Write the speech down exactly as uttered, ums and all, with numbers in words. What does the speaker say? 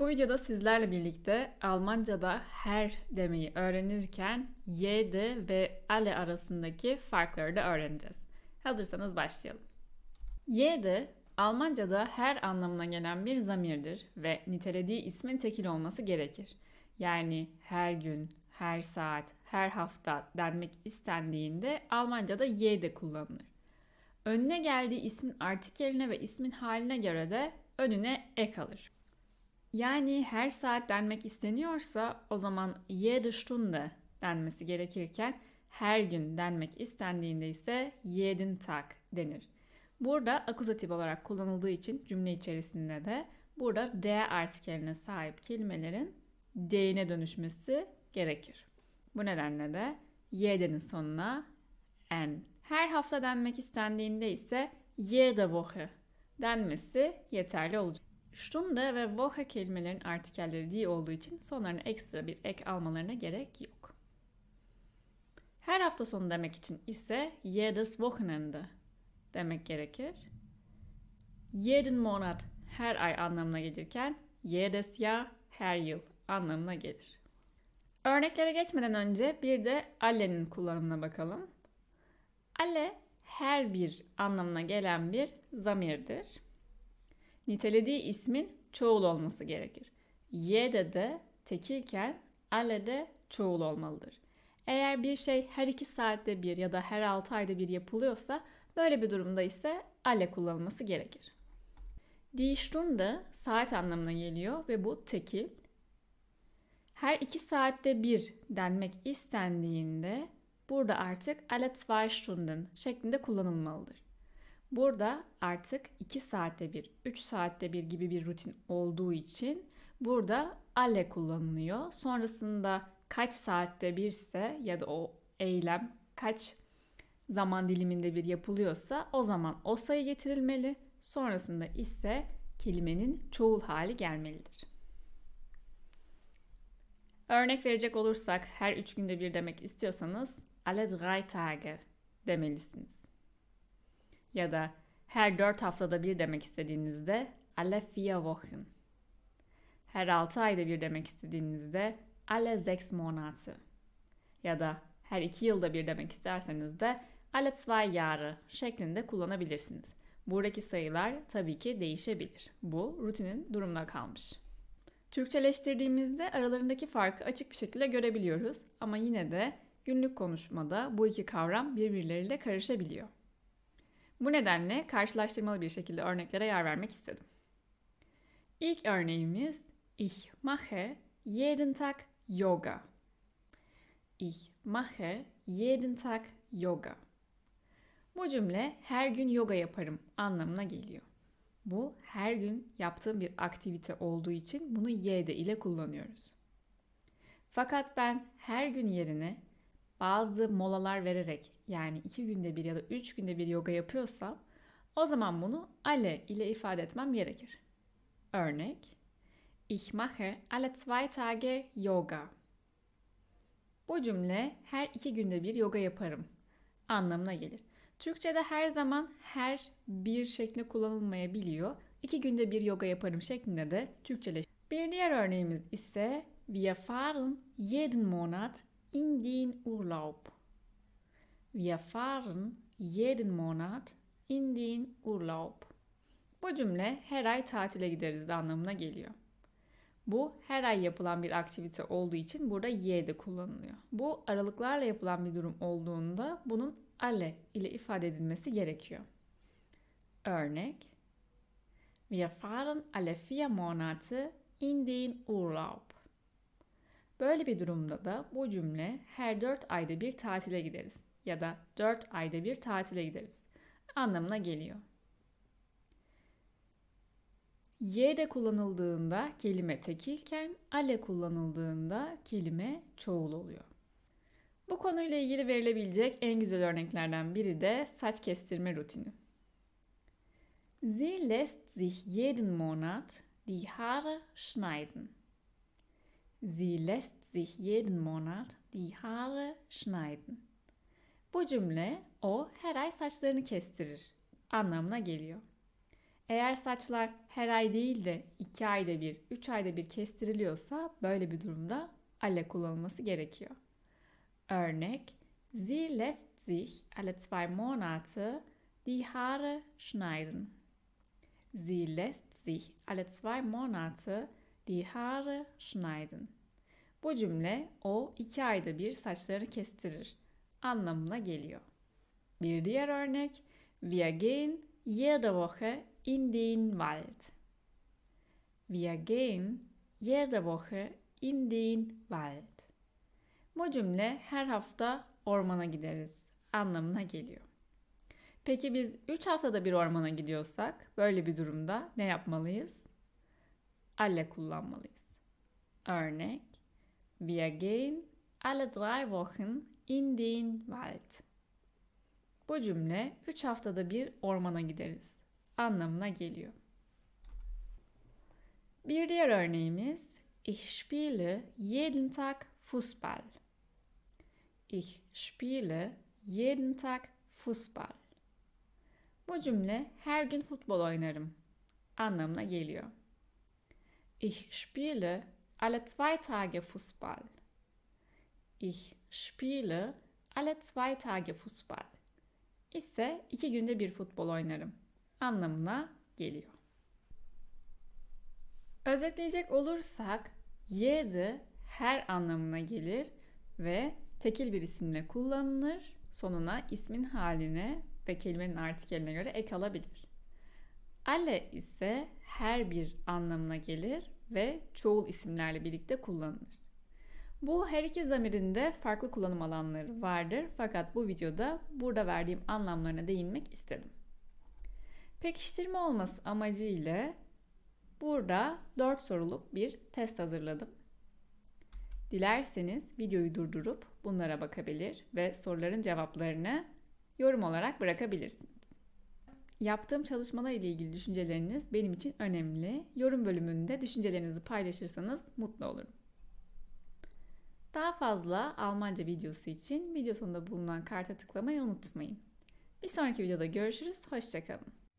Bu videoda sizlerle birlikte Almanca'da her demeyi öğrenirken jede ve alle arasındaki farkları da öğreneceğiz. Hazırsanız başlayalım. Jede, Almanca'da her anlamına gelen bir zamirdir ve nitelediği ismin tekil olması gerekir. Yani her gün, her saat, her hafta denmek istendiğinde Almanca'da jede kullanılır. Önüne geldiği ismin artikeline ve ismin haline göre de önüne ek alır. Yani her saat denmek isteniyorsa o zaman jede Stunde denmesi gerekirken her gün denmek istendiğinde ise jeden Tag denir. Burada akuzatif olarak kullanıldığı için cümle içerisinde de burada der artikeline sahip kelimelerin d'ine dönüşmesi gerekir. Bu nedenle de jede'nin sonuna en. Her hafta denmek istendiğinde ise jede Woche denmesi yeterli olacak. Stunde ve Woche kelimelerin artikelleri die olduğu için sonlarına ekstra bir ek almalarına gerek yok. Her hafta sonu demek için ise jedes Wochenende demek gerekir. Jeden Monat her ay anlamına gelirken jedes Jahr her yıl anlamına gelir. Örneklere geçmeden önce bir de alle'nin kullanımına bakalım. Alle her bir anlamına gelen bir zamirdir. Nitelediği ismin çoğul olması gerekir. Jede de tekilken alle de çoğul olmalıdır. Eğer bir şey her iki saatte bir ya da her altı ayda bir yapılıyorsa böyle bir durumda ise alle kullanılması gerekir. Die Stunde saat anlamına geliyor ve bu tekil. Her iki saatte bir denmek istendiğinde burada artık alle zwei Stunden şeklinde kullanılmalıdır. Burada artık iki saatte bir, üç saatte bir gibi bir rutin olduğu için burada alle kullanılıyor. Sonrasında kaç saatte birse ya da o eylem kaç zaman diliminde bir yapılıyorsa o zaman o sayı getirilmeli. Sonrasında ise kelimenin çoğul hali gelmelidir. Örnek verecek olursak her üç günde bir demek istiyorsanız alle drei Tage demelisiniz. Ya da her dört haftada bir demek istediğinizde alle vier Wochen. Her altı ayda bir demek istediğinizde alle sechs Monate. Ya da her iki yılda bir demek isterseniz de alle zwei Jahre şeklinde kullanabilirsiniz. Buradaki sayılar tabii ki değişebilir. Bu rutinin durumuna kalmış. Türkçeleştirdiğimizde aralarındaki farkı açık bir şekilde görebiliyoruz ama yine de günlük konuşmada bu iki kavram birbirleriyle karışabiliyor. Bu nedenle karşılaştırmalı bir şekilde örneklere yer vermek istedim. İlk örneğimiz Ich mache jeden Tag Yoga. Ich mache jeden Tag Yoga. Bu cümle her gün yoga yaparım anlamına geliyor. Bu her gün yaptığım bir aktivite olduğu için bunu jede ile kullanıyoruz. Fakat ben her gün yerine bazı molalar vererek yani iki günde bir ya da üç günde bir yoga yapıyorsam o zaman bunu alle ile ifade etmem gerekir. Örnek: Ich mache alle zwei Tage Yoga. Bu cümle her iki günde bir yoga yaparım anlamına gelir. Türkçe'de her zaman her bir şeklinde kullanılmayabiliyor. İki günde bir yoga yaparım şeklinde de Türkçeleştir. Bir diğer örneğimiz ise Wir fahren jeden Monat in den Urlaub. Wir fahren jeden Monat in den Urlaub. Bu cümle her ay tatile gideriz anlamına geliyor. Bu her ay yapılan bir aktivite olduğu için burada jede kullanılıyor. Bu aralıklarla yapılan bir durum olduğunda bunun alle ile ifade edilmesi gerekiyor. Örnek: Wir fahren alle vier Monate in den Urlaub. Böyle bir durumda da bu cümle her dört ayda bir tatile gideriz ya da dört ayda bir tatile gideriz anlamına geliyor. Jede kullanıldığında kelime tekilken alle kullanıldığında kelime çoğul oluyor. Bu konuyla ilgili verilebilecek en güzel örneklerden biri de saç kestirme rutini. Sie lässt sich jeden Monat die Haare schneiden. Sie lässt sich jeden Monat die Haare schneiden. Bu cümle o her ay saçlarını kestirir anlamına geliyor. Eğer saçlar her ay değil de iki ayda bir, üç ayda bir kestiriliyorsa böyle bir durumda alle kullanılması gerekiyor. Örnek: Sie lässt sich alle zwei Monate die Haare schneiden. Sie lässt sich alle zwei Monate die Haare schneiden. Bu cümle o iki ayda bir saçlarını kestirir anlamına geliyor. Bir diğer örnek: Wir gehen jede Woche in den Wald. Wir gehen jede Woche in den Wald. Bu cümle her hafta ormana gideriz anlamına geliyor. Peki biz üç haftada bir ormana gidiyorsak böyle bir durumda ne yapmalıyız? Alle kullanmalıyız. Örnek: Wir gehen alle drei Wochen in den Wald. Bu cümle üç haftada bir ormana gideriz anlamına geliyor. Bir diğer örneğimiz: Ich spiele jeden Tag Fußball. Ich spiele jeden Tag Fußball. Bu cümle her gün futbol oynarım anlamına geliyor. Ich spiele alle zwei Tage Fußball. Ich spiele alle zwei Tage Fußball ise iki günde bir futbol oynarım anlamına geliyor. Özetleyecek olursak jede her anlamına gelir ve tekil bir isimle kullanılır. Sonuna ismin haline ve kelimenin artikeline göre ek alabilir. Alle ise her bir anlamına gelir ve çoğul isimlerle birlikte kullanılır. Bu her iki zamirinde farklı kullanım alanları vardır fakat bu videoda burada verdiğim anlamlarına değinmek istedim. Pekiştirme olması amacıyla burada dört soruluk bir test hazırladım. Dilerseniz videoyu durdurup bunlara bakabilir ve soruların cevaplarını yorum olarak bırakabilirsiniz. Yaptığım çalışmalar ile ilgili düşünceleriniz benim için önemli. Yorum bölümünde düşüncelerinizi paylaşırsanız mutlu olurum. Daha fazla Almanca videosu için video sonunda bulunan karta tıklamayı unutmayın. Bir sonraki videoda görüşürüz. Hoşça kalın.